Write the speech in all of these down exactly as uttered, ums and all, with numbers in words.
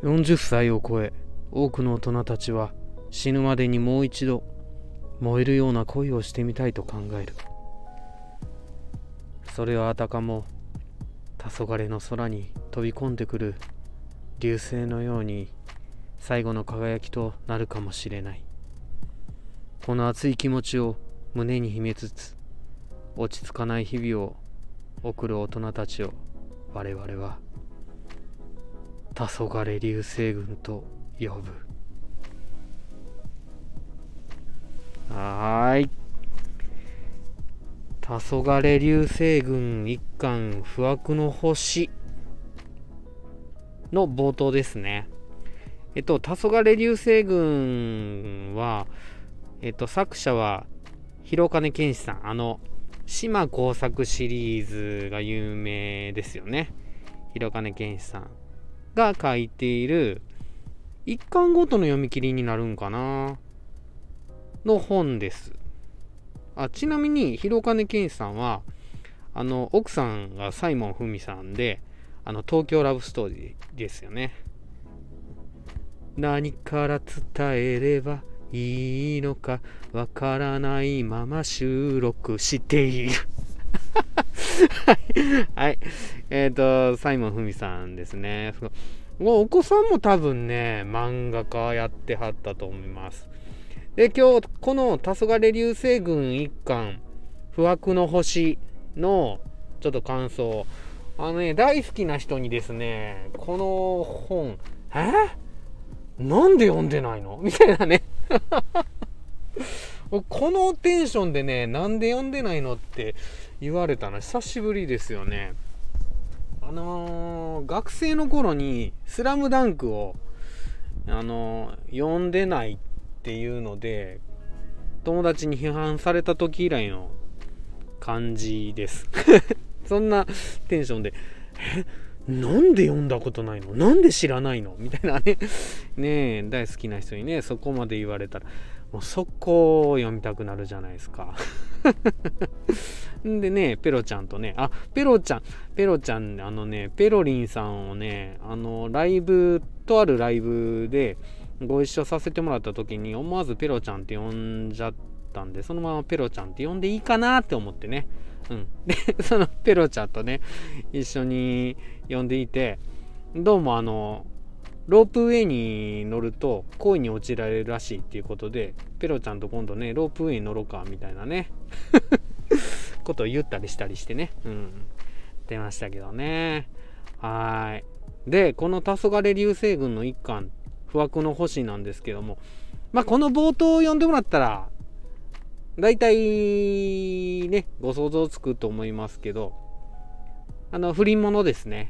よんじゅっさいを超え、多くの大人たちは死ぬまでにもう一度燃えるような恋をしてみたいと考える。それはあたかも黄昏の空に飛び込んでくる流星のように最後の輝きとなるかもしれない。この熱い気持ちを胸に秘めつつ、落ち着かない日々を送る大人たちを我々は黄昏流星群と呼ぶ。はーい。黄昏流星群一巻不惑の星の冒頭ですね。えっと、黄昏流星群は、えっと、作者は広金健志さん。あの、島耕作シリーズが有名ですよね。広金健志さんが書いている一巻ごとの読み切りになるんかなの本です。あ、ちなみに広金健志さんはあの奥さんがサイモン文さんで、あの東京ラブストーリーですよね。何から伝えればいいのかわからないまま収録しているはい、はい、えっ、ー、とサイモン文さんですね。お子さんも多分ね漫画家やってはったと思います。で、今日この黄昏流星群一巻不惑の星のちょっと感想、あのね大好きな人にですね、この本えなんで読んでないのみたいなねこのテンションでね、なんで読んでないのって言われたの久しぶりですよね。あのー、学生の頃にスラムダンクをあのー、読んでないっていうので友達に批判された時以来の感じですそんなテンションでえなんで読んだことないの、なんで知らないのみたいなねねえ、大好きな人にねそこまで言われたらもう速攻読みたくなるじゃないですかでね、ペロちゃんとね、あ、ペロちゃんペロちゃんあのねペロリンさんをね、あのライブとあるライブでご一緒させてもらった時に思わずペロちゃんって呼んじゃったんで、そのままペロちゃんって呼んでいいかなって思ってね、うん、でそのペロちゃんとね一緒に呼んでいて、どうもあのロープウェイに乗ると恋に落ちられるらしいっていうことで、ペロちゃんと今度ねロープウェイに乗ろうかみたいなねことを言ったりしたりしてね、うん、出ましたけどね。はい。で、この黄昏流星群の一巻不惑の星なんですけども、まあこの冒頭を読んでもらったらだいたいねご想像つくと思いますけど、あの不倫ものですね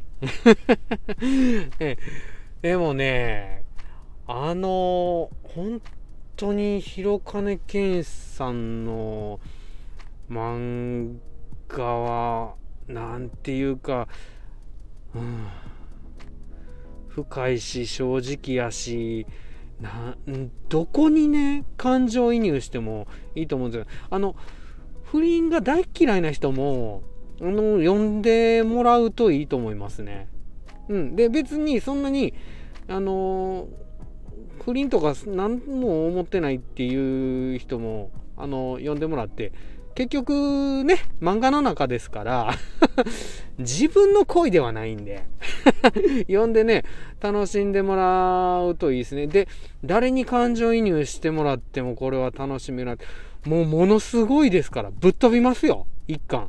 でもね、あの本当に広金健さんの漫画はなんていうか、うん、深いし正直やし、などこにね感情移入してもいいと思うんですよ。あの不倫が大嫌いな人もあの読んでもらうといいと思いますね。うん、で別にそんなにあの不倫とか何も思ってないっていう人もあの読んでもらって、結局ね漫画の中ですから自分の恋ではないんで読んでね楽しんでもらうといいですね。で誰に感情移入してもらってもこれは楽しめない。もうものすごいですからぶっ飛びますよ一巻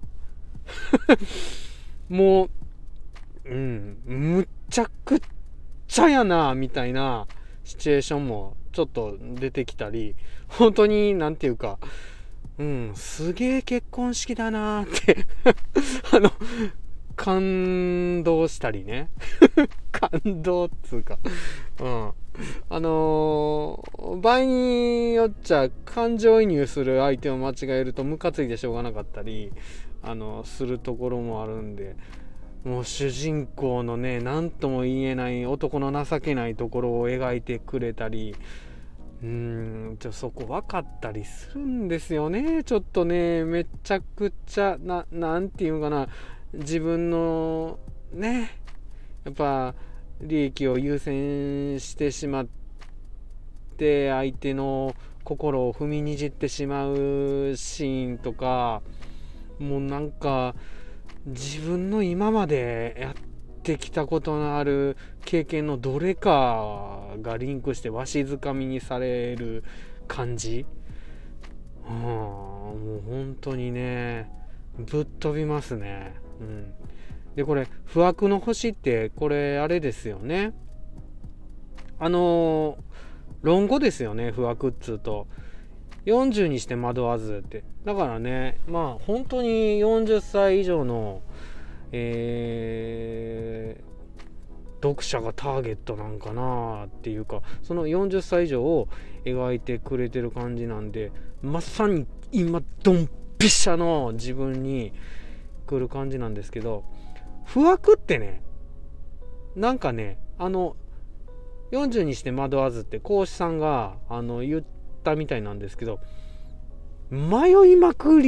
もううんむっちゃくちゃやなみたいなシチュエーションもちょっと出てきたり、本当になんていうか、うんすげえ結婚式だなってあの感動したりね感動っつうか、うんあのー、場合によっちゃ感情移入する相手を間違えるとムカついてしょうがなかったりあのするところもあるんで、もう主人公のね何とも言えない男の情けないところを描いてくれたり、うーんちょそこ分かったりするんですよね。ちょっとねめちゃくちゃななんていうかな、自分のねやっぱ利益を優先してしまって相手の心を踏みにじってしまうシーンとか、もうなんか自分の今までやってきたことのある経験のどれかがリンクしてわしづかみにされる感じ、はあ、もう本当にねぶっ飛びますね。うん、でこれ不惑の星ってこれあれですよね、あの論語ですよね。不惑っつうとよんじゅうにして惑わずって、だからねまあ本当によんじゅっさい以上の、えー、読者がターゲットなんかなっていうか、そのよんじゅっさい以上を描いてくれてる感じなんで、まさに今ドンピシャの自分に来る感じなんですけど、不惑ってねなんかねあのよんじゅうにして惑わずって講師さんがあの言ったみたいなんですけど、迷いまく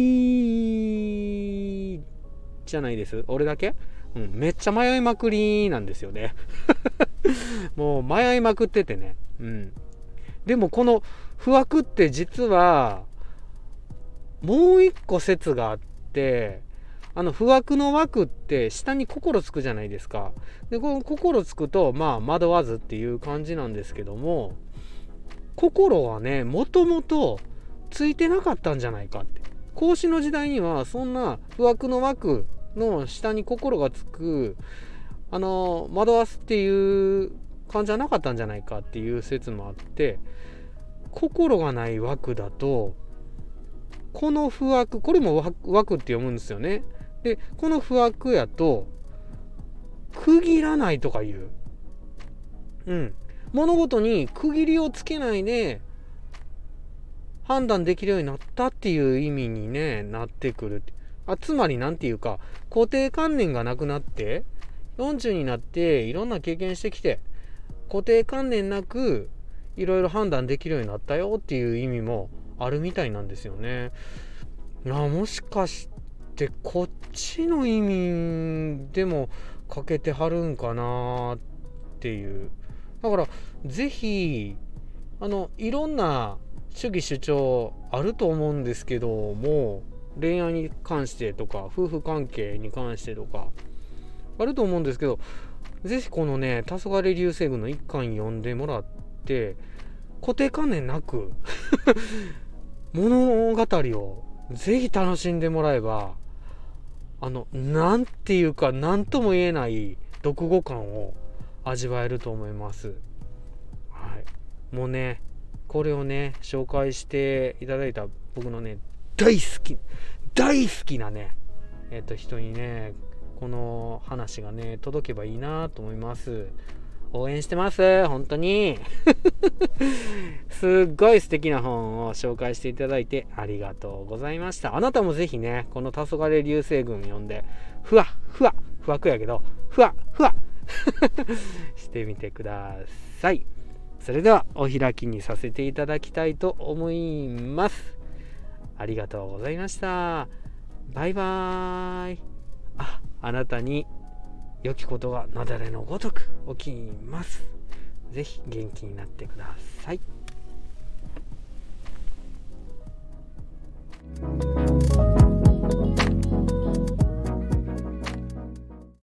りじゃないです。俺だけ、うん、めっちゃ迷いまくりなんですよねもう迷いまくっててね、うん、でもこの不惑って実はもう一個説があって、あの不惑の惑って下に心つくじゃないですか。でこの心つくとまあ惑わずっていう感じなんですけども、心はねもともとついてなかったんじゃないかって。孔子の時代にはそんな不惑の惑の下に心がつくあの惑わすっていう感じはなかったんじゃないかっていう説もあって、心がない惑だとこの不惑、これも惑って読むんですよね。でこの不惑やと区切らないとかいう、うん、物事に区切りをつけないで判断できるようになったっていう意味に、ね、なってくる。あつまりなんていうか固定観念がなくなって、よんじゅうになっていろんな経験してきて固定観念なくいろいろ判断できるようになったよっていう意味もあるみたいなんですよね。あもしかしてこっちの意味でもかけてはるんかなっていう。だからぜひあのいろんな主義主張あると思うんですけども、恋愛に関してとか夫婦関係に関してとかあると思うんですけど、ぜひこのね黄昏流星群の一巻読んでもらって固定観念なく物語をぜひ楽しんでもらえば、あのなんていうか何とも言えない読後感を味わえると思います。はい、もうねこれをね紹介していただいた僕のね大好き大好きなねえっと人にねこの話がね届けばいいなと思います。応援してます本当にすっごい素敵な本を紹介していただいてありがとうございました。あなたもぜひねこの黄昏流星群読んでふわふわふわくやけどふわふわしてみてください。それではお開きにさせていただきたいと思います。ありがとうございました。バイバーイ。あ、あなたに良きことが雪崩のごとく起きます。ぜひ元気になってください。